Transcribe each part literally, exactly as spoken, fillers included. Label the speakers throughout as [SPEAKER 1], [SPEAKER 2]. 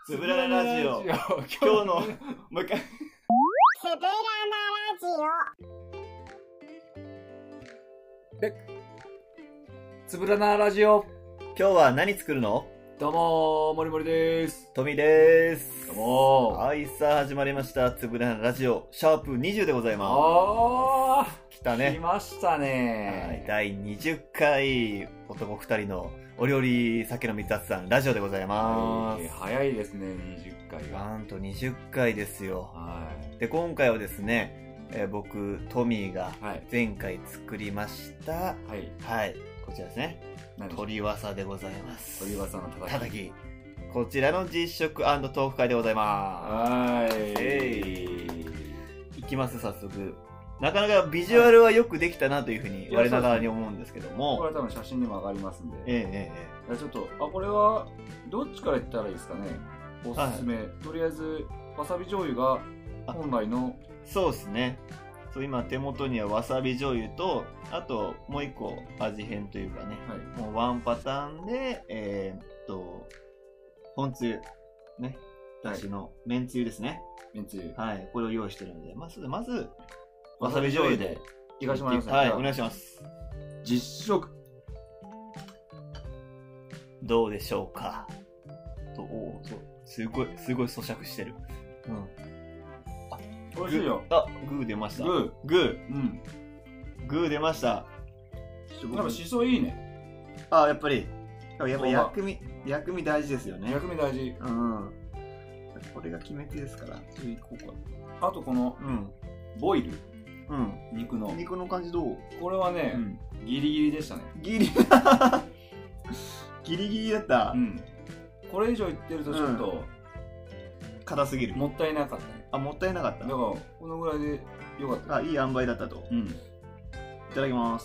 [SPEAKER 1] つぶらなラジオ。今日のもう一回。
[SPEAKER 2] つぶらなラジオ。
[SPEAKER 3] で、つぶらなラジオ。
[SPEAKER 1] 今日は何作るの？
[SPEAKER 3] どうもー、もりもりでーす。
[SPEAKER 1] トミです。
[SPEAKER 3] どうもー。
[SPEAKER 1] はい、さあ始まりました。つぶらなラジオ、シャープにじゅうでございます。
[SPEAKER 3] あー、
[SPEAKER 1] 来たね。
[SPEAKER 3] 来ました
[SPEAKER 1] はい、
[SPEAKER 3] ねー。
[SPEAKER 1] だいにじゅっかい、男ふたりのお料理酒飲み雑談ラジオでございます。
[SPEAKER 3] はい、早いですね、にじゅっかいが。
[SPEAKER 1] なんとにじゅっかいですよ。
[SPEAKER 3] は
[SPEAKER 1] で、今回はですね、えー僕、トミーが
[SPEAKER 3] い。はい。
[SPEAKER 1] 前回作りました、
[SPEAKER 3] はい。
[SPEAKER 1] はい、こちらですね。
[SPEAKER 3] 何でしょう。
[SPEAKER 1] 鶏わさでございます。
[SPEAKER 3] 鳥羽さんのたたき。
[SPEAKER 1] たたき。こちらの実食&トーク会でございま
[SPEAKER 3] はーい。
[SPEAKER 1] す。えい。いきます、早速。なかなかビジュアルはよくできたなというふうに我ながらに思うんですけど
[SPEAKER 3] こ
[SPEAKER 1] も。
[SPEAKER 3] れ多分写真にも上がりますんで。
[SPEAKER 1] ええええ
[SPEAKER 3] いやちょっと、あ、これは、どっちから言ったらいいですかね。おすすめ。とりあえず、わさび醤油が本来の。
[SPEAKER 1] そうですね。そう、今手元にはわさび醤油と、あともう一個味変というかね、
[SPEAKER 3] はい。
[SPEAKER 1] もうワンパターンで、えー、っと、本つゆ、ね、だしのめんつゆですね。
[SPEAKER 3] めんつゆ。
[SPEAKER 1] はい、これを用意してるので、まず、まず、わさび醤油で。
[SPEAKER 3] いかしてもらいますね。
[SPEAKER 1] はい、お願いします。
[SPEAKER 3] 実食。
[SPEAKER 1] どうでしょうか。と、おーそう、すごい、すごい咀嚼してる。うん。
[SPEAKER 3] 美味しいよ。
[SPEAKER 1] あ、グー出ました。
[SPEAKER 3] グー。
[SPEAKER 1] グー。
[SPEAKER 3] うん。
[SPEAKER 1] グー出ました。
[SPEAKER 3] やっぱしそいいね。
[SPEAKER 1] あ、やっぱり。やっぱ薬味、薬味大事ですよね。
[SPEAKER 3] 薬味大事。
[SPEAKER 1] うん。これが決め手ですから。次行こうか。
[SPEAKER 3] あとこの、
[SPEAKER 1] うん。
[SPEAKER 3] ボイル。
[SPEAKER 1] うん。
[SPEAKER 3] 肉の。
[SPEAKER 1] 肉の感じどう？
[SPEAKER 3] これはね、
[SPEAKER 1] うん。
[SPEAKER 3] ギリギリでしたね。
[SPEAKER 1] ギリ、ギリギリだった
[SPEAKER 3] う。ん。これ以上いってるとちょっと、
[SPEAKER 1] 硬すぎる。
[SPEAKER 3] もったいなかったね。
[SPEAKER 1] あ、もったいなかった。
[SPEAKER 3] だから、このぐらいでよかった。
[SPEAKER 1] あ、いい塩梅だったと。
[SPEAKER 3] うん。
[SPEAKER 1] いただきます。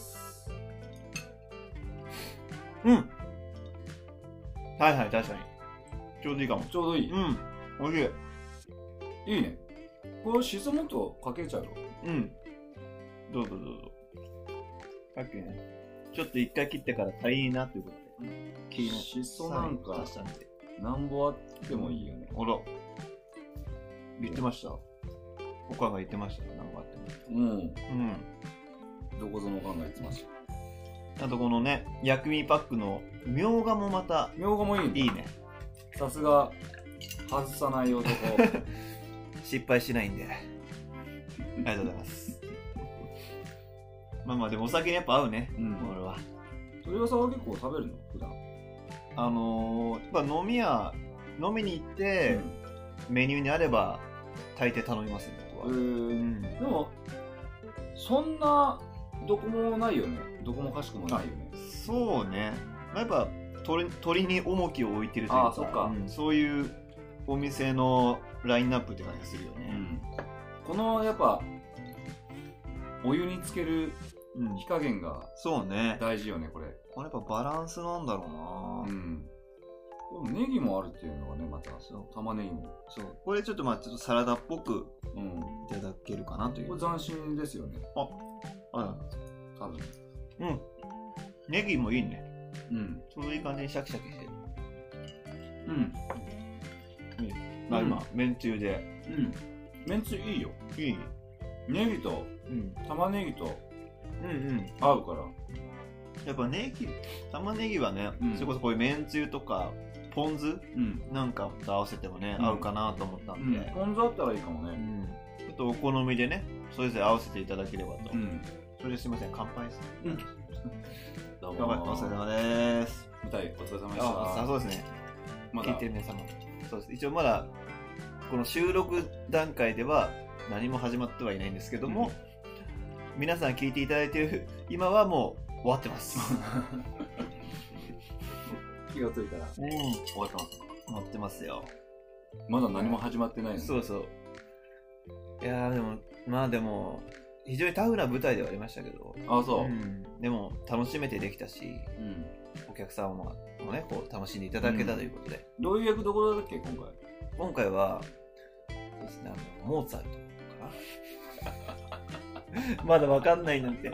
[SPEAKER 1] うん。はいはい、確かに。ちょうどいいかも。
[SPEAKER 3] ちょうどいい。
[SPEAKER 1] うん。おいしい。
[SPEAKER 3] いいね。これしそもっとかけちゃうよ。
[SPEAKER 1] うん。どうぞどうぞ。さっきね、ちょっと一回切ってから足りいなということで。切りの
[SPEAKER 3] しそなんか
[SPEAKER 1] 足したんで。
[SPEAKER 3] なんぼあってもいいよね。
[SPEAKER 1] あら。言ってました。おかんが言ってましたよ、なんかあっても。
[SPEAKER 3] うん。
[SPEAKER 1] うん。
[SPEAKER 3] どこぞの考えてました。
[SPEAKER 1] あとこのね、薬味パックのみょうがもまた
[SPEAKER 3] みょうがもいいね。
[SPEAKER 1] いいね。
[SPEAKER 3] さすが、外さない男。
[SPEAKER 1] 失敗しないんで。ありがとうございます。まあまあでもお酒にやっぱ合うね。
[SPEAKER 3] うん。
[SPEAKER 1] これは。
[SPEAKER 3] 鳥羽さんは結構食べるの普段。
[SPEAKER 1] あのー、やっぱ飲み屋、飲みに行って、メニューにあれば大抵頼みますね、僕は。
[SPEAKER 3] うん。
[SPEAKER 1] うん
[SPEAKER 3] でも、そんな、どこもないよね。どこもかしくもないよね。
[SPEAKER 1] そうね。まあ、やっぱ鳥、鳥に重きを置いてるというか、
[SPEAKER 3] あそっか
[SPEAKER 1] うんそういうお店のラインナップって感じがするよね。
[SPEAKER 3] うん。この、やっぱ、お湯につける
[SPEAKER 1] うん
[SPEAKER 3] 火加減が
[SPEAKER 1] そうね。
[SPEAKER 3] 大事よね、これ。
[SPEAKER 1] これやっぱバランスなんだろうな、
[SPEAKER 3] うん。でもネギもあるっていうのがね、また、
[SPEAKER 1] そう
[SPEAKER 3] 玉ねぎも。
[SPEAKER 1] そう。これちょっとまあちょっとサラダっぽく
[SPEAKER 3] うん。
[SPEAKER 1] いただけるかなという。
[SPEAKER 3] これ斬新ですよね。
[SPEAKER 1] あ
[SPEAKER 3] 多分。
[SPEAKER 1] うん。ネギもいいね。
[SPEAKER 3] うん。
[SPEAKER 1] ちょうどいい感じにシャキシャキしてる。
[SPEAKER 3] うん。
[SPEAKER 1] まあ
[SPEAKER 3] うん
[SPEAKER 1] 今、めんつゆで。
[SPEAKER 3] うん。めんつゆいいよ。
[SPEAKER 1] いい
[SPEAKER 3] ネギと
[SPEAKER 1] うん。
[SPEAKER 3] 玉ねぎと
[SPEAKER 1] うんうん。
[SPEAKER 3] 合うから。
[SPEAKER 1] やっぱネギ、玉ねぎはね、
[SPEAKER 3] うん
[SPEAKER 1] それこそこういうめんつゆとか、ポン酢
[SPEAKER 3] うん。
[SPEAKER 1] なんかと合わせてもね、
[SPEAKER 3] うん
[SPEAKER 1] 合うかなと思った
[SPEAKER 3] うんん。
[SPEAKER 1] で、
[SPEAKER 3] ポン酢あったらいいかもね。
[SPEAKER 1] うんちょっとお好みでね、それぞれ合わせていただければと。
[SPEAKER 3] うん。
[SPEAKER 1] それですいません、乾杯です。
[SPEAKER 3] うん。どう
[SPEAKER 1] 乾杯、お疲れ様です。
[SPEAKER 3] みたい、お疲れ様でした。
[SPEAKER 1] あ、あそうですね。
[SPEAKER 3] まだ
[SPEAKER 1] 聞いてる皆様。そうです。一応まだ、この収録段階では何も始まってはいないんですけども、皆さん聞いていただいている今はもう終わってます。
[SPEAKER 3] 気がついたら
[SPEAKER 1] うん。
[SPEAKER 3] 終わってます。
[SPEAKER 1] 終わってますよ。
[SPEAKER 3] まだ何も始まってないの。
[SPEAKER 1] そうそう。いやーでも、まあでも、非常にタフな舞台ではありましたけど、
[SPEAKER 3] あ、そうう。
[SPEAKER 1] ん、でも楽しめてできたし、
[SPEAKER 3] うん。
[SPEAKER 1] お客様もね、こう楽しんでいただけたということで、
[SPEAKER 3] どういう役どころだっけ、今回。
[SPEAKER 1] 今回は、そうですね、あのモーツァルトかなまだわかんないなんて。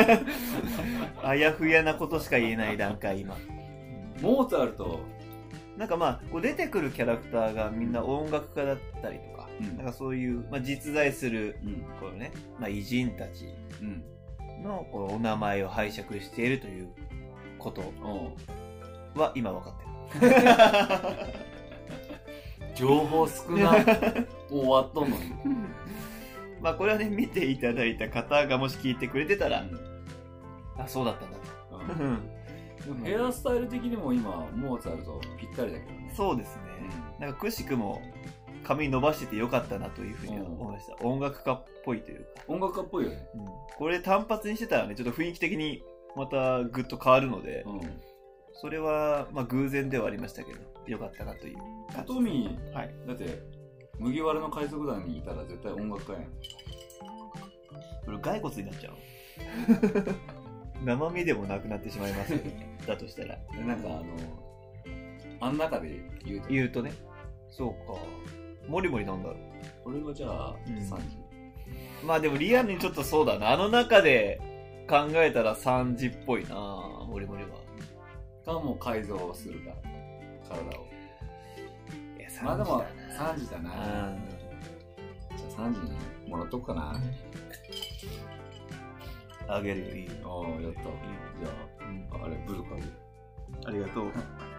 [SPEAKER 1] あやふやなことしか言えない段階、今。
[SPEAKER 3] モーツァルト、
[SPEAKER 1] なんかまあこう出てくるキャラクターがみんな音楽家だったりとか、
[SPEAKER 3] うん
[SPEAKER 1] なんかそういう、まあ、実在する
[SPEAKER 3] うん
[SPEAKER 1] このね、まあ、偉人たち
[SPEAKER 3] うん
[SPEAKER 1] のこのお名前を拝借しているということ
[SPEAKER 3] おう
[SPEAKER 1] は今分かってる。
[SPEAKER 3] 情報少なもう終わっとんのに
[SPEAKER 1] まあこれはね見ていただいた方がもし聞いてくれてたら、
[SPEAKER 3] うん
[SPEAKER 1] あそうだったんだと。
[SPEAKER 3] うんでもヘアスタイル的にも今モーツァルトぴったりだけどね。
[SPEAKER 1] そうですね、なんかくしくも髪伸ばしててよかったなというふうに思いました。音楽家っぽいというか、
[SPEAKER 3] 音楽家っぽいよね。
[SPEAKER 1] うん、これ単発にしてたらねちょっと雰囲気的にまたぐっと変わるので、
[SPEAKER 3] うん
[SPEAKER 1] それはまあ偶然ではありましたけどよかったなという感じ。
[SPEAKER 3] トミー、
[SPEAKER 1] はい、
[SPEAKER 3] だって麦わらの海賊団にいたら絶対音楽家やん。
[SPEAKER 1] これ骸骨になっちゃう。生身でもなくなってしまいますよだとしたら
[SPEAKER 3] でなんかあのあん中で言うと
[SPEAKER 1] 言うとね、そうか、もりもりなんだろう。
[SPEAKER 3] これはじゃあ
[SPEAKER 1] うん
[SPEAKER 3] さんじ
[SPEAKER 1] まあでもリアルにちょっとそうだな、あの中で考えたらさんじっぽいな、もりもりは。
[SPEAKER 3] かもう改造するか体を。
[SPEAKER 1] いや
[SPEAKER 3] まあでも
[SPEAKER 1] さん
[SPEAKER 3] さんじだな。
[SPEAKER 1] じだな。
[SPEAKER 3] じゃあさんじにもらっとくかな。
[SPEAKER 1] あげるよ、いいよ。
[SPEAKER 3] ああやった。じゃああれブルカで。
[SPEAKER 1] ありがとう。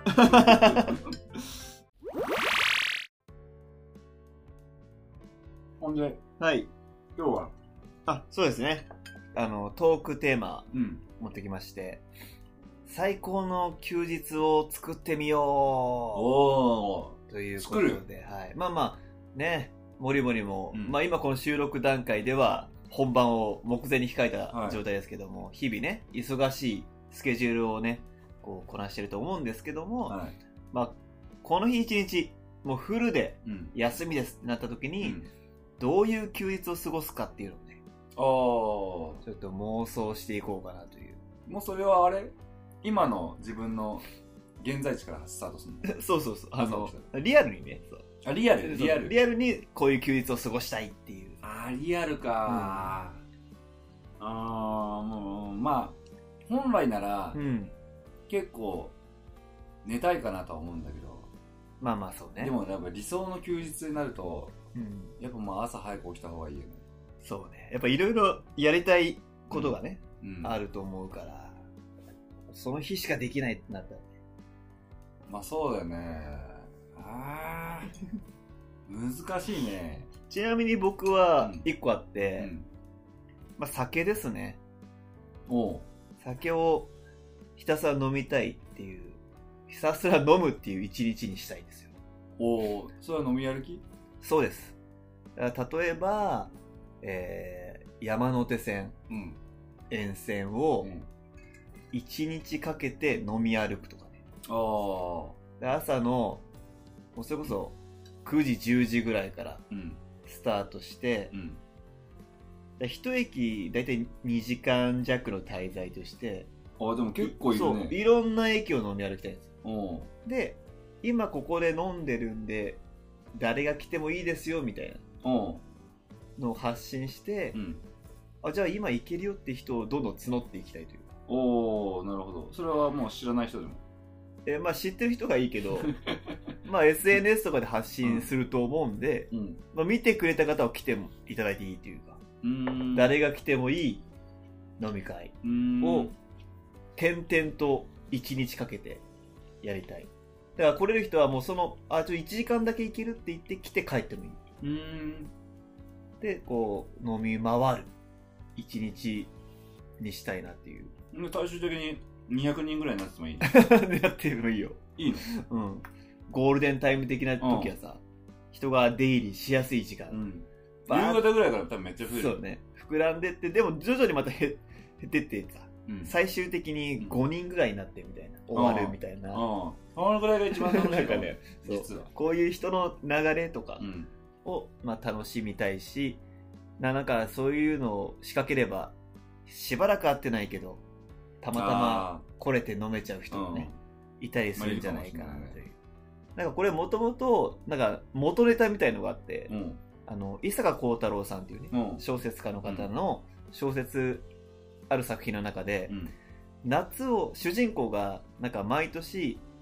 [SPEAKER 3] ほんで
[SPEAKER 1] はい。
[SPEAKER 3] 今日は
[SPEAKER 1] あ、そうですね。あの、トークテーマ
[SPEAKER 3] うん
[SPEAKER 1] 持ってきまして、最高の休日を作ってみよ
[SPEAKER 3] お
[SPEAKER 1] うということ
[SPEAKER 3] 作
[SPEAKER 1] で、はい。まあまあ、ね、もりもりも、
[SPEAKER 3] うん
[SPEAKER 1] まあ今この収録段階では本番を目前に控え
[SPEAKER 3] はい
[SPEAKER 1] た状態ですけども、日々ね、忙しいスケジュールをね、こうこなしてると思うんですけども、
[SPEAKER 3] はい
[SPEAKER 1] まあ、この日一日、もうフルで
[SPEAKER 3] うん
[SPEAKER 1] 休みですってなった時に、
[SPEAKER 3] うん
[SPEAKER 1] どういう休日を過ごすかっていうのをね、
[SPEAKER 3] ああ
[SPEAKER 1] ちょっと妄想していこうかなという。
[SPEAKER 3] もうそれはあれ今の自分の現在地からスタートするの
[SPEAKER 1] そうそうそう。あの
[SPEAKER 3] そうそ、
[SPEAKER 1] リアルにね、そう
[SPEAKER 3] あリアルリアル
[SPEAKER 1] リアルにこういう休日を過ごしたいっていう。
[SPEAKER 3] あーリアルかー、あーもうまあ本来なら
[SPEAKER 1] うん。
[SPEAKER 3] 結構寝たいかなとは思うんだけど、
[SPEAKER 1] まあまあそうね。
[SPEAKER 3] でもやっぱ理想の休日になると
[SPEAKER 1] うん、
[SPEAKER 3] やっぱもう朝早く起きた方がいいよね。
[SPEAKER 1] そうね。やっぱいろいろやりたいことがね、
[SPEAKER 3] うん
[SPEAKER 1] あると思うから、その日しかできないってなったらね。
[SPEAKER 3] まあそうだよね。あー難しいね。
[SPEAKER 1] ちなみに僕は
[SPEAKER 3] うん
[SPEAKER 1] 一個あっ
[SPEAKER 3] う
[SPEAKER 1] て、
[SPEAKER 3] ん
[SPEAKER 1] まあ酒ですね。
[SPEAKER 3] おう
[SPEAKER 1] 酒をひたすら飲みたいっていう、ひたすら飲むっていう一日にしたいんですよ。
[SPEAKER 3] おうそれは飲み歩き？
[SPEAKER 1] そうです。だから例えば、えー、山手線
[SPEAKER 3] うん
[SPEAKER 1] 沿線を
[SPEAKER 3] うん
[SPEAKER 1] いちにちかけて飲み歩くとかね。
[SPEAKER 3] ああ
[SPEAKER 1] で朝のもうそれこそくじじゅうじぐらいから
[SPEAKER 3] うん
[SPEAKER 1] スタートして
[SPEAKER 3] う、ん
[SPEAKER 1] で一駅だいたいにじかん弱の滞在として、
[SPEAKER 3] あでも結構いる
[SPEAKER 1] そう
[SPEAKER 3] ね。
[SPEAKER 1] いろんな駅を飲み歩きたいんですよ。
[SPEAKER 3] おう
[SPEAKER 1] で今ここで飲んでるんで誰が来てもいいですよみたいな
[SPEAKER 3] おう
[SPEAKER 1] のを発信して、
[SPEAKER 3] うん
[SPEAKER 1] あじゃあ今行けるよって人をどんどん募っていきたいというか、
[SPEAKER 3] おおなるほど。それはもう知らない人でも。
[SPEAKER 1] えーまあ知ってる人がいいけどまあ エスエヌエス とかで発信すると思うんで、
[SPEAKER 3] うん
[SPEAKER 1] まあ、見てくれた方は来てもいただいていいというか、
[SPEAKER 3] うーん
[SPEAKER 1] 誰が来てもいい飲み会
[SPEAKER 3] うーん
[SPEAKER 1] を点々といちにちかけてやりたい。だから来れる人はもうそのあちょいちじかんだけ行けるって言って来て帰ってもいい。
[SPEAKER 3] うーん
[SPEAKER 1] でこう飲み回るいちにちにしたいなっていう
[SPEAKER 3] 最終的ににひゃくにんぐらいになってもいい
[SPEAKER 1] やってもいいよ。
[SPEAKER 3] いいの？
[SPEAKER 1] うん。ゴールデンタイム的な時はさ、人が出入りしやすい時間、
[SPEAKER 3] うん
[SPEAKER 1] バーッ
[SPEAKER 3] 夕方ぐらいから多分めっちゃ増える。
[SPEAKER 1] そうね、膨らんでってでも徐々にまた減減ってってさ、
[SPEAKER 3] うん
[SPEAKER 1] 最終的にごにんぐらいになってみたいな、終わるみたいな、
[SPEAKER 3] ああそのぐらいが一番楽しい
[SPEAKER 1] なんかねそう
[SPEAKER 3] 実は。
[SPEAKER 1] こういう人の流れとか
[SPEAKER 3] うん
[SPEAKER 1] を、まあ、楽しみたいし、ななんかそういうのを仕掛ければしばらく会ってないけどたまたま来れて飲めちゃう人もね、いたりするんじゃないかなという、なんかこれもともとなんか元ネタみたいのがあって、
[SPEAKER 3] うん
[SPEAKER 1] あの伊坂幸太郎さんっていうね、
[SPEAKER 3] うん
[SPEAKER 1] 小説家の方の小説ある作品の中で、
[SPEAKER 3] うん
[SPEAKER 1] 夏を主人公がなんか毎年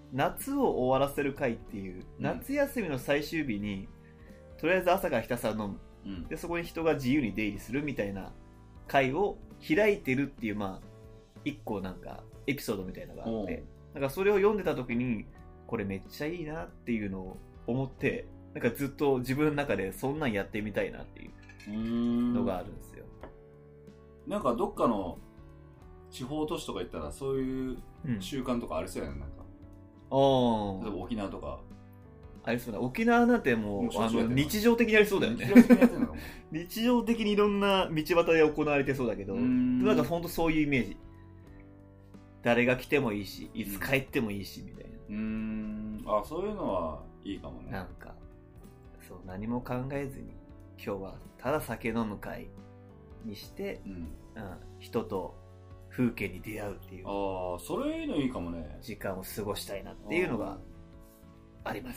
[SPEAKER 1] 夏を終わらせる会っていう、
[SPEAKER 3] うん
[SPEAKER 1] 夏休みの最終日にとりあえず朝からひたすら飲む、
[SPEAKER 3] うん
[SPEAKER 1] でそこに人が自由に出入りするみたいな会を開いてるっていう、まあ一個なんかエピソードみたいなのがあって、なんかそれを読んでた時にこれめっちゃいいなっていうのを思って、なんかずっと自分の中でそんなんやってみたいなっていう
[SPEAKER 3] うーん
[SPEAKER 1] のがあるんですよ。
[SPEAKER 3] なんかどっかの地方都市とか行ったらそういう
[SPEAKER 1] うん、
[SPEAKER 3] 習慣とかありそうやね、なんか
[SPEAKER 1] あ
[SPEAKER 3] 例えば沖縄とか
[SPEAKER 1] ありそうだ。沖縄なんてもう
[SPEAKER 3] もうしょ
[SPEAKER 1] あの
[SPEAKER 3] っちゅうやってる
[SPEAKER 1] 日常的にやりそうだよね。
[SPEAKER 3] 日常的にやってんのかも
[SPEAKER 1] 日常的にいろんな道端で行われてそうだけど、
[SPEAKER 3] うーん
[SPEAKER 1] なんかほんとそういうイメージ。誰が来てもいいし、いつ帰ってもいいしみたいな。
[SPEAKER 3] うーんあそういうのはいいかもね。
[SPEAKER 1] なんかそう何も考えずに今日はただ酒飲む会にして、
[SPEAKER 3] うん、
[SPEAKER 1] うん、人と風景に出会うっていう
[SPEAKER 3] ああそれいいのいいかもね。
[SPEAKER 1] 時間を過ごしたいなっていうのがあります。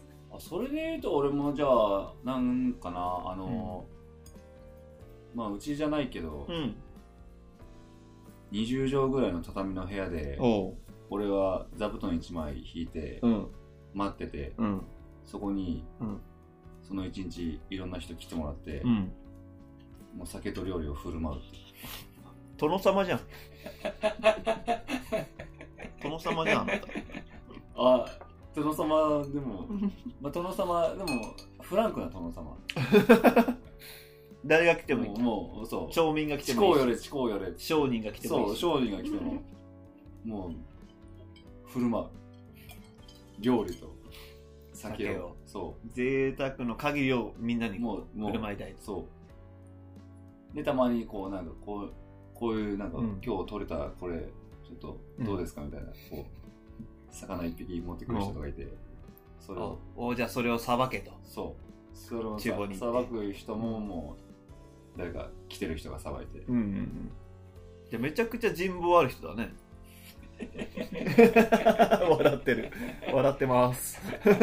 [SPEAKER 3] あそれで言うと俺もじゃあなんかなあの、うん、まあうちじゃないけど、
[SPEAKER 1] うん、
[SPEAKER 3] にじゅう畳ぐらいの畳の部屋で
[SPEAKER 1] お
[SPEAKER 3] 俺は座布団いちまい引いて
[SPEAKER 1] うん
[SPEAKER 3] 待ってて、
[SPEAKER 1] うん
[SPEAKER 3] そこに、
[SPEAKER 1] うん、
[SPEAKER 3] その一日いろんな人来てもらって、
[SPEAKER 1] うん、
[SPEAKER 3] もう酒と料理を振る舞うって
[SPEAKER 1] 殿様じゃん。殿様じゃん。あなた
[SPEAKER 3] あ殿様でも、まあ、殿様でもフランクな殿様
[SPEAKER 1] 誰が来てもいい。
[SPEAKER 3] もうもうそう
[SPEAKER 1] 町民が来て
[SPEAKER 3] 地
[SPEAKER 1] もいいし。
[SPEAKER 3] 高よれ地高よれ
[SPEAKER 1] 商人が来てもいいし。
[SPEAKER 3] そう商人が来てももう振る舞う料理と酒を
[SPEAKER 1] 酒を
[SPEAKER 3] そう
[SPEAKER 1] 贅沢の限りをみんなに
[SPEAKER 3] もうもう
[SPEAKER 1] 振る舞いたい。
[SPEAKER 3] そうでたまにこうなんかこうこういうなんか、
[SPEAKER 1] うん、
[SPEAKER 3] 今日取れたこれちょっとどうですかみたいな、こう魚一匹持ってくる人とかいて、それを
[SPEAKER 1] おじゃあそれをさばけと。
[SPEAKER 3] そうそれを
[SPEAKER 1] 厨房に
[SPEAKER 3] さばく人ももう誰か来てる人がさばいて、
[SPEAKER 1] うんうんうん。じゃあめちゃくちゃ人望ある人だね。笑ってる。笑ってます。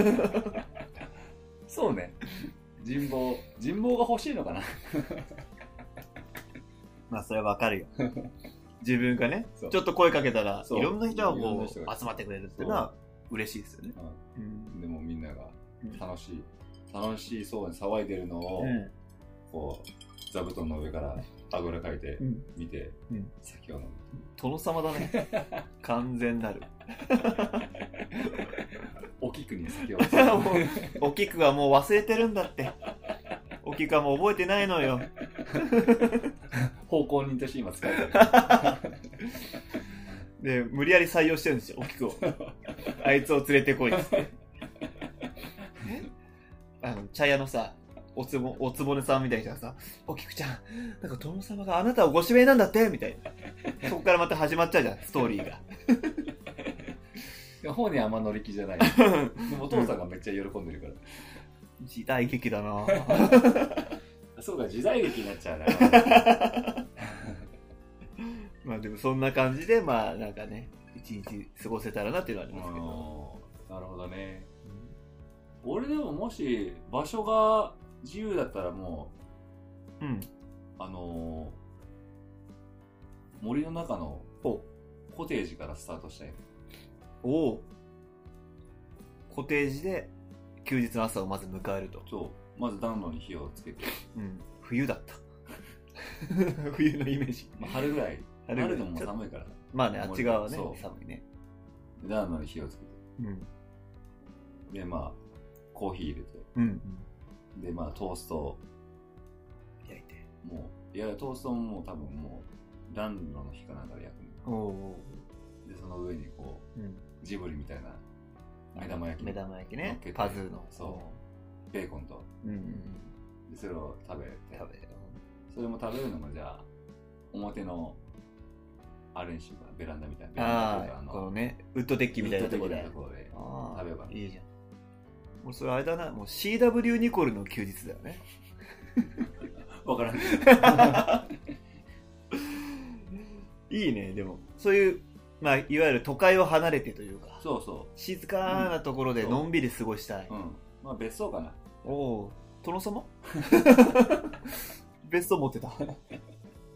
[SPEAKER 3] そうね人望人望が欲しいのかな。
[SPEAKER 1] まあそれはわかるよ。自分がね
[SPEAKER 3] そう
[SPEAKER 1] ちょっと声かけたら
[SPEAKER 3] そう
[SPEAKER 1] いろんな人が
[SPEAKER 3] いろん
[SPEAKER 1] こ
[SPEAKER 3] な人が
[SPEAKER 1] う集まってくれるっていうのは嬉しいですよね。
[SPEAKER 3] う
[SPEAKER 1] うん
[SPEAKER 3] ん、でもみんなが楽しい、楽しそうに騒いでるのを、
[SPEAKER 1] うん
[SPEAKER 3] こう座布団の上からあぐらかいて
[SPEAKER 1] うん
[SPEAKER 3] 見て、
[SPEAKER 1] うん
[SPEAKER 3] 酒を飲む。
[SPEAKER 1] 殿様だね。完全なる。
[SPEAKER 3] お菊に酒を
[SPEAKER 1] もうお菊はもう忘れてるんだって。お菊はもう覚えてないのよ。
[SPEAKER 3] 奉公人として今使えてる。
[SPEAKER 1] で無理やり採用してるんですよ、お菊を。あいつを連れてこいっつってあの茶屋のさおつぼおつぼねさんみたいな人がさ、お菊ちゃんなんか殿様があなたをご指名なんだってみたいな。そこからまた始まっちゃうじゃん、ストーリーが。
[SPEAKER 3] 本人あんま乗り気じゃないでもお父さんがめっちゃ喜んでるから
[SPEAKER 1] 時代劇だな。
[SPEAKER 3] そうか時代劇になっちゃうな。
[SPEAKER 1] まあでもそんな感じでまあなんかね一日過ごせたらなっていうのはありますけど。
[SPEAKER 3] なるほどね、うん、俺でももし場所が自由だったらも
[SPEAKER 1] う、うん、
[SPEAKER 3] あのー、森の中のコテージからスタートしたい。
[SPEAKER 1] おお、コテージで休日の朝をまず迎えると。
[SPEAKER 3] そうまず暖炉に火をつけて、
[SPEAKER 1] うん、冬だった冬のイメージ、
[SPEAKER 3] まあ、春ぐらい
[SPEAKER 1] 春ぐらい
[SPEAKER 3] 春でももう寒いから
[SPEAKER 1] まあね、あっち側はね
[SPEAKER 3] そう
[SPEAKER 1] 寒いね。
[SPEAKER 3] で暖炉に火をつけて、
[SPEAKER 1] うん
[SPEAKER 3] でまあコーヒー入れて、
[SPEAKER 1] うんうん、
[SPEAKER 3] でまあトーストを
[SPEAKER 1] 焼いて、
[SPEAKER 3] もういやトーストももう多分もう暖炉の火かなんかで焼く
[SPEAKER 1] おお、
[SPEAKER 3] でその上にこう、うん、ジブリみたいな目玉焼き
[SPEAKER 1] 目玉焼きね、パズーの
[SPEAKER 3] そうベーコンと、
[SPEAKER 1] うんうんうん、
[SPEAKER 3] でそれを食べて
[SPEAKER 1] 食べる、
[SPEAKER 3] それも食べるのもじゃあ表のあれにしようかな、ベランダみたいな。
[SPEAKER 1] ああ、このねウッドデッキみたいなところで
[SPEAKER 3] 食べようかな。
[SPEAKER 1] いいじゃん。もうそれあれだな、もう シーダブリュー ニコルの休日だよね。
[SPEAKER 3] わからん
[SPEAKER 1] いいね。でもそういうまあいわゆる都会を離れてというか、
[SPEAKER 3] そうそう
[SPEAKER 1] 静かなところでのんびり過ごしたい。
[SPEAKER 3] うん、うん、まあ別荘かな。
[SPEAKER 1] おお、殿様別荘持ってた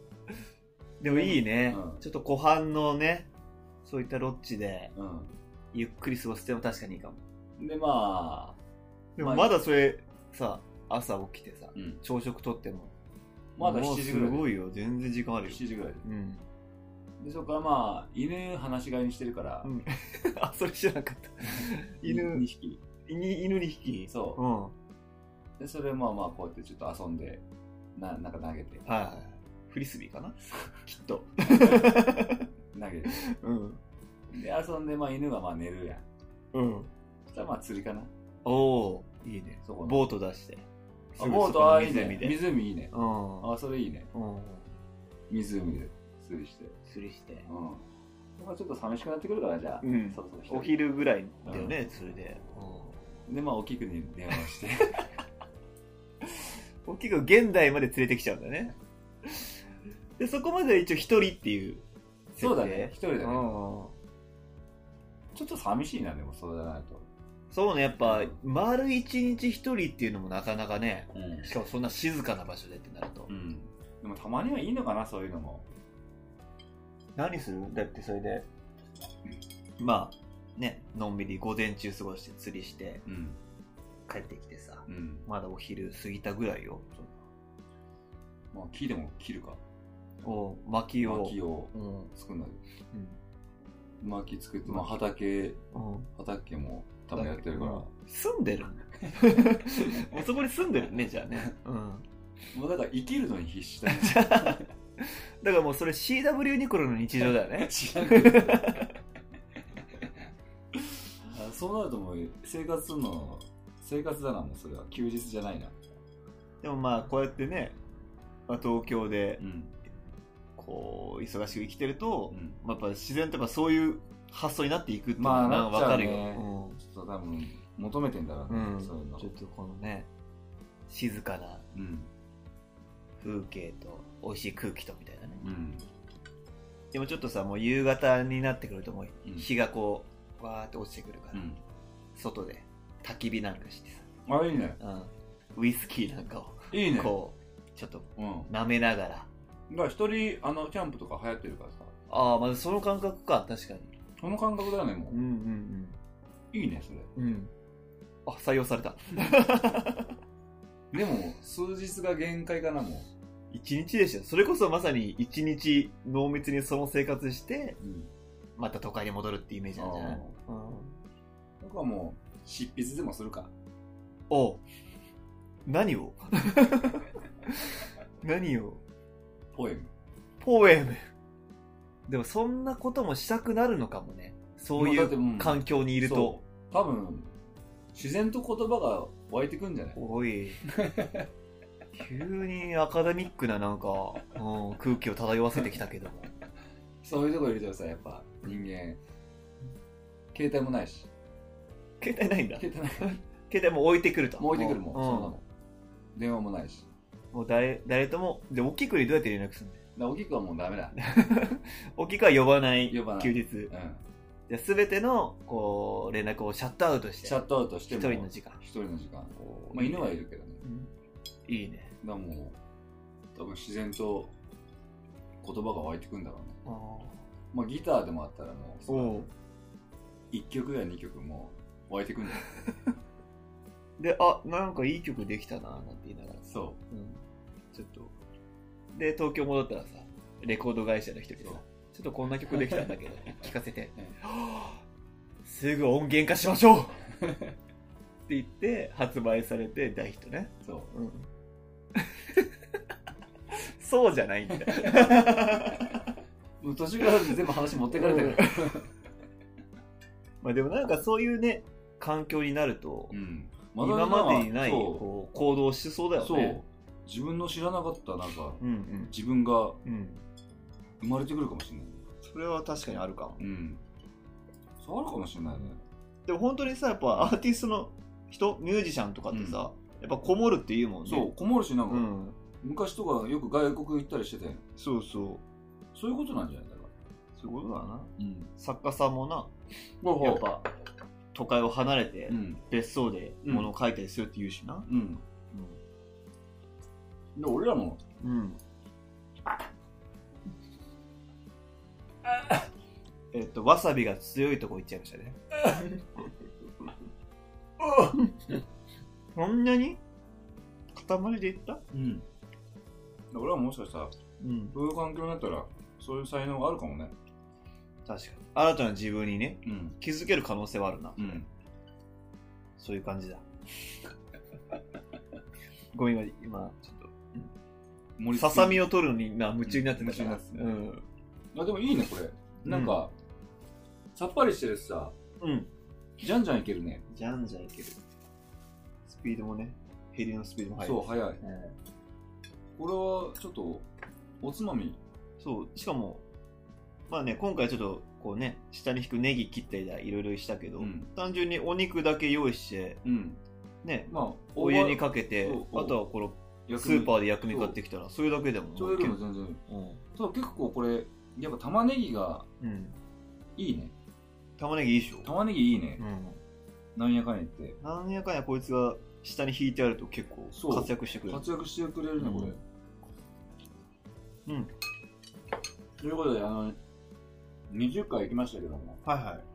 [SPEAKER 1] でもいいね、うん、ちょっと湖畔のねそういったロッジで、
[SPEAKER 3] うん、
[SPEAKER 1] ゆっくり過ごすっても確かにいいかも。
[SPEAKER 3] でまあ
[SPEAKER 1] でもまだそれさ朝起きてさ、
[SPEAKER 3] うん、
[SPEAKER 1] 朝食とっても
[SPEAKER 3] まだしちじぐらい
[SPEAKER 1] すごいよ、全然時間あるよ。
[SPEAKER 3] しちじぐらいで、
[SPEAKER 1] うん、
[SPEAKER 3] でそこからまあ犬放し飼いにしてるから、
[SPEAKER 1] うん、あそれ知らなかった犬
[SPEAKER 3] にひき
[SPEAKER 1] に犬にひき
[SPEAKER 3] そう、うん、でそれまあまあこうやってちょっと遊んでななんか投げて、
[SPEAKER 1] はいはい、フリスビーかなきっと
[SPEAKER 3] 投げて、
[SPEAKER 1] うん、
[SPEAKER 3] で遊んでまあ犬がまあ寝るやん、うん、そしたらまあ釣りかな。
[SPEAKER 1] おおいいね、
[SPEAKER 3] そこ
[SPEAKER 1] ボート出して、
[SPEAKER 3] あボートあいいね、湖いいね、うん、あそれいいね、うん、湖で釣りして
[SPEAKER 1] 釣りして、
[SPEAKER 3] うん、ちょっと寂しくなってくるからじゃあ、うん、そうそうお
[SPEAKER 1] 昼ぐらいだよね、うん、それで、
[SPEAKER 3] うん、でまあ大きくに電話して
[SPEAKER 1] 大きく現代まで連れてきちゃうんだねでそこまで一応一人っていう
[SPEAKER 3] そうだね、一人だね、うん、ちょっと寂しいな。でもそうじゃないと
[SPEAKER 1] そうね、やっぱ丸一日一人っていうのもなかなかね、うん、しかもそんな静かな場所でってなると、うん、
[SPEAKER 3] でもたまにはいいのかな、そういうのも。
[SPEAKER 1] 何する？だってそれでまあね、のんびり午前中過ごして釣りして、うん、帰ってきてさ、うん、まだお昼過ぎたぐらいよ。
[SPEAKER 3] まあ木でも切るか。
[SPEAKER 1] お薪を
[SPEAKER 3] 薪を作んない、うん、薪作って、まあ、畑、うん、畑も多分やってるから、
[SPEAKER 1] 住んでるもうそこに住んでるね、じゃあね、うん、
[SPEAKER 3] もうだから生きるのに必死だね
[SPEAKER 1] だからもうそれ シーダブリュー ニコルの日常だよね知らん
[SPEAKER 3] そうなるともう生活するの生活だな、もうそれは休日じゃないな。
[SPEAKER 1] でもまあこうやってね、まあ、東京で、うん、こう忙しく生きてると、うんまあ、やっぱ自然とかそういう発想になっていくっていうのが分かるよ、ね
[SPEAKER 3] うん、ちょっと多分求めてんだろうね、うん、そういうの。
[SPEAKER 1] ちょっとこのね静かな風景と美味しい空気とみたいなね、うん、でもちょっとさもう夕方になってくるともう日がこうわーって落ちてくるから、うん、外で焚き火なんかしてさ、
[SPEAKER 3] あいいね、
[SPEAKER 1] うん、ウイスキーなんかを
[SPEAKER 3] いいね、
[SPEAKER 1] こうちょっと舐めながら、だか
[SPEAKER 3] ら一人あのキャンプとか流行ってるからさ。
[SPEAKER 1] ああ、まずその感覚か、確かに
[SPEAKER 3] その感覚だよね、もう。うんうんうん。いいね、それ。うん。
[SPEAKER 1] あ、採用された。
[SPEAKER 3] でも、数日が限界かな、もう。
[SPEAKER 1] 一日でしょ。それこそまさに一日濃密にその生活して、うん、また都会に戻るってイメージなんじゃない？うん。
[SPEAKER 3] 僕はもう、執筆でもするか。
[SPEAKER 1] おう。何を何を
[SPEAKER 3] ポエム。
[SPEAKER 1] ポエム。でもそんなこともしたくなるのかもね。そういう環境にいると。
[SPEAKER 3] うん、多分自然と言葉が湧いてくんじゃない？
[SPEAKER 1] おい。急にアカデミックななんか、うん、空気を漂わせてきたけども。
[SPEAKER 3] そういうとこいるとさ、やっぱ人間、携帯もないし。
[SPEAKER 1] 携帯ないんだ。
[SPEAKER 3] 携帯ない。
[SPEAKER 1] 携帯も置いてくると。
[SPEAKER 3] もう置いてくるもん。うん、そうなの。電話もないし。
[SPEAKER 1] もう誰誰とも、で、大きくにどうやって連絡するんだよ。
[SPEAKER 3] 大きくはもうダメだ。
[SPEAKER 1] 大きくは呼ばない
[SPEAKER 3] 呼ばない
[SPEAKER 1] 休日。うん、じゃあ全てのこう連絡をシャットアウトして。
[SPEAKER 3] シャットアウトしても。
[SPEAKER 1] 一人の時間。
[SPEAKER 3] 一人の時間。まあ犬はいるけどね。
[SPEAKER 1] うん、いいね。
[SPEAKER 3] だからもう多分自然と言葉が湧いてくんだろうね。あまあギターでもあったらもうそいっきょくやにきょくも湧いてくんだよ。
[SPEAKER 1] で、あ、なんかいい曲できたななんて言いながら。
[SPEAKER 3] そう。うん、
[SPEAKER 1] ちょっと。で、東京戻ったらさ、レコード会社の人にさ、ちょっとこんな曲できたんだけど、聞かせて。すぐ音源化しましょうって言って、発売されて大ヒットね。
[SPEAKER 3] そう。うん、
[SPEAKER 1] そうじゃないんだよ。
[SPEAKER 3] もう途中から全部話持ってかれてる。
[SPEAKER 1] まあでもなんかそういうね、環境になると、うん、今までにないこう行動しそうだよね。そう。
[SPEAKER 3] 自分の知らなかったなんか、うんうん、自分が生まれてくるかもしれない、うん、
[SPEAKER 1] それは確かにあるかも、うん、
[SPEAKER 3] そうあるかもしれないね。
[SPEAKER 1] でも本当にさ、やっぱアーティストの人、ミュージシャンとかってさ、うん、やっぱこもるって言うもんね。
[SPEAKER 3] そうこもるし、なんか、うん、昔とかよく外国行ったりしてて、
[SPEAKER 1] そうそう
[SPEAKER 3] そういうことなんじゃないだから。
[SPEAKER 1] そういうことだな、うん、作家さんもな、やっぱ都会を離れて別荘で物を書いたりするって言うしな、うん、うん
[SPEAKER 3] で俺らも、うん、
[SPEAKER 1] えっと、わさびが強いとこ行っちゃいましたね。そんなに塊でいった？
[SPEAKER 3] うん。俺はもしかしたら、うん、そういう環境になったら、そういう才能があるかもね。
[SPEAKER 1] 確かに。新たな自分にね、うん、気づける可能性はあるな。うん、そういう感じだ。ごめん、今、ちょっと、ささみを取るのに今夢中になってたから。うん。
[SPEAKER 3] あ、でもいいね、これ。なんか、うん、さっぱりしてるしさ、うん。じゃんじゃんいけるね。
[SPEAKER 1] じゃんじゃんいける。スピードもね、減りのスピードも速い。
[SPEAKER 3] そう、速い。うん、これは、ちょっと、おつまみ。
[SPEAKER 1] そう、しかも、まあね、今回ちょっと、こうね、下に引くネギ切ったりだ、いろいろしたけど、うん、単純にお肉だけ用意して、うん、ね、まあ、お湯にかけて、あとはこの、スーパーで薬味買ってきたら、それだけでも。
[SPEAKER 3] それでも全然。うん、そう、結構これ、やっぱ玉ねぎが、うん、いいね。
[SPEAKER 1] 玉ねぎいいでしょ？
[SPEAKER 3] 玉ねぎいいね。うん、なんやかんやって。
[SPEAKER 1] なんやかんやこいつが下に引いてあると結構活躍してくれる。
[SPEAKER 3] 活躍してくれるね、これ。うん。ということで、あの、にじゅっかい行きましたけども。
[SPEAKER 1] はいはい。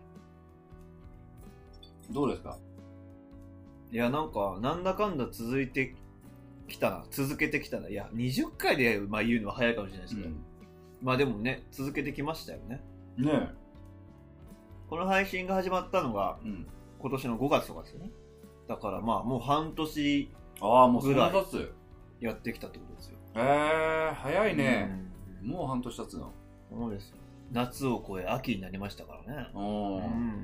[SPEAKER 3] どうですか？
[SPEAKER 1] いや、なんか、なんだかんだ続いてきたな。続けてきたな。いや、にじゅっかいで、まあ、言うのは早いかもしれないですけど。うん、まあでもね、続けてきましたよね。
[SPEAKER 3] ねえ。
[SPEAKER 1] この配信が始まったのが、うん、今年のごがつとかですよね。だからまあ、もう半年ぐらいやってきたってことですよ。
[SPEAKER 3] へえー、早いね、うん。もう半年経つの。
[SPEAKER 1] そうですよ。夏を越え、秋になりましたからね。うん。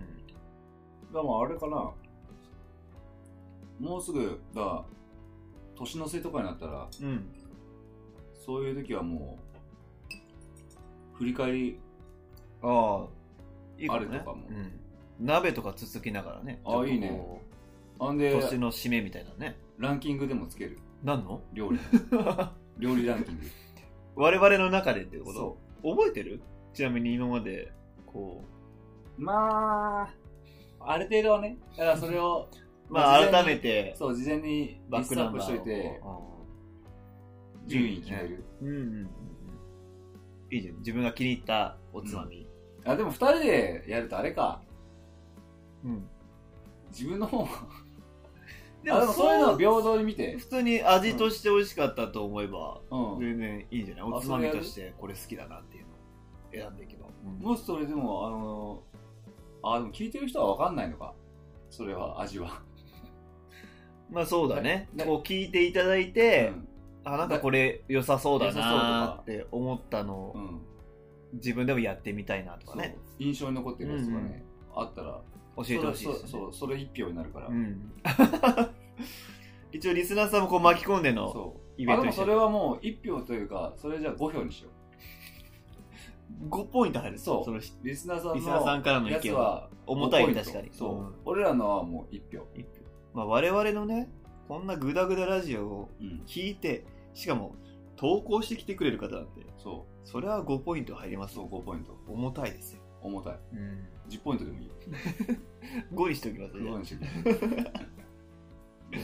[SPEAKER 3] でもあれかな。もうすぐが、年の瀬とかになったら、うん、そういう時はもう、振り返り、
[SPEAKER 1] ああ、いいかもね、
[SPEAKER 3] あるとかも、
[SPEAKER 1] うん。鍋とかつつきながらね。
[SPEAKER 3] ああ、いいね。
[SPEAKER 1] あんで、年の締めみたいなね。
[SPEAKER 3] ランキングでもつける。
[SPEAKER 1] 何の？
[SPEAKER 3] 料理。料理ランキング。
[SPEAKER 1] 我々の中でってこと？そう。覚えてる？ちなみに今まで、こ
[SPEAKER 3] う。まあ、ある程度はね。だからそれを、
[SPEAKER 1] まあ改めて、
[SPEAKER 3] そう、事前にバックアップしといて、順位決める。うんうんうん。
[SPEAKER 1] いいじゃん。自分が気に入ったおつまみ。
[SPEAKER 3] うん、あ、でも二人でやるとあれか。うん。自分の方でもそういうのは平等に見て。
[SPEAKER 1] 普通に味として美味しかったと思えば、うん、全然いいんじゃない？おつまみとしてこれ好きだなっていうのを選んでいけば。
[SPEAKER 3] うん、もしそれでも、あのー、あ、でも聞いてる人は分かんないのか。それは、味は。
[SPEAKER 1] まあそうだね。こう聞いていただいて、うん、あ、なんかこれ良さそうだなって思ったのを、うん、自分でもやってみたいなとかね。
[SPEAKER 3] 印象に残ってるやつがね、うんうん、あったら、
[SPEAKER 1] 教えてほしいです、ね。
[SPEAKER 3] そう、それ一票になるから。うん、
[SPEAKER 1] 一応リスナーさんもこう巻き込んでのイベントにして。
[SPEAKER 3] あ、でもそれはもう一票というか、それじゃあごひょうにしよ
[SPEAKER 1] う。ごポイント入る。
[SPEAKER 3] そう。そのリスナーさんの
[SPEAKER 1] リスナーさんからの意見は重たい。確かに。
[SPEAKER 3] そう、うん。俺らのはもう一票。一票。
[SPEAKER 1] まあ我々のね、こんなグダグダラジオを聞いて、うん、しかも投稿してきてくれる方なんて、そう。それはごポイント入ります。
[SPEAKER 3] そう、ごポイント。
[SPEAKER 1] 重たいですよ。
[SPEAKER 3] 重たい。うん。じゅうポイントでもいいよ。
[SPEAKER 1] ごにしておきますね。
[SPEAKER 3] ごにしておきます。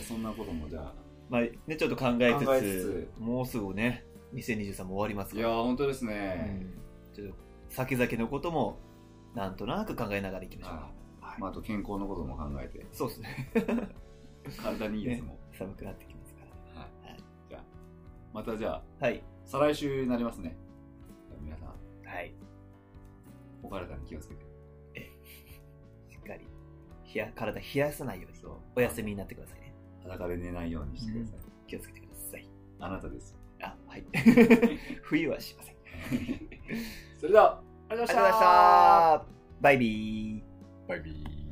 [SPEAKER 3] そんなこともじゃあ。
[SPEAKER 1] まあね、ちょっと考えつつ、えつつもうすぐね、にせんにじゅうさんも終わりますから。
[SPEAKER 3] いやー、本当ですね。
[SPEAKER 1] うん、ちょっと先々のことも、なんとなく考えながらいきましょう。
[SPEAKER 3] あ、はい、まあ、あと健康のことも考えて。
[SPEAKER 1] そうですね。
[SPEAKER 3] 体にいいやつも、ね。
[SPEAKER 1] 寒くなってきますから。はい。はい、
[SPEAKER 3] じゃあ、またじゃあ、
[SPEAKER 1] はい。
[SPEAKER 3] 再来週になりますね。皆さん。
[SPEAKER 1] はい。
[SPEAKER 3] お体に気をつけて。
[SPEAKER 1] えしっかり冷や、体冷やさないようにお休みになってくださいね。
[SPEAKER 3] 裸で寝ないようにしてください。うん、
[SPEAKER 1] 気をつけてください。
[SPEAKER 3] あなたです。
[SPEAKER 1] あ、はい。冬はしません。
[SPEAKER 3] それでは、ありがとうございました。
[SPEAKER 1] バイビー。
[SPEAKER 3] バイビー。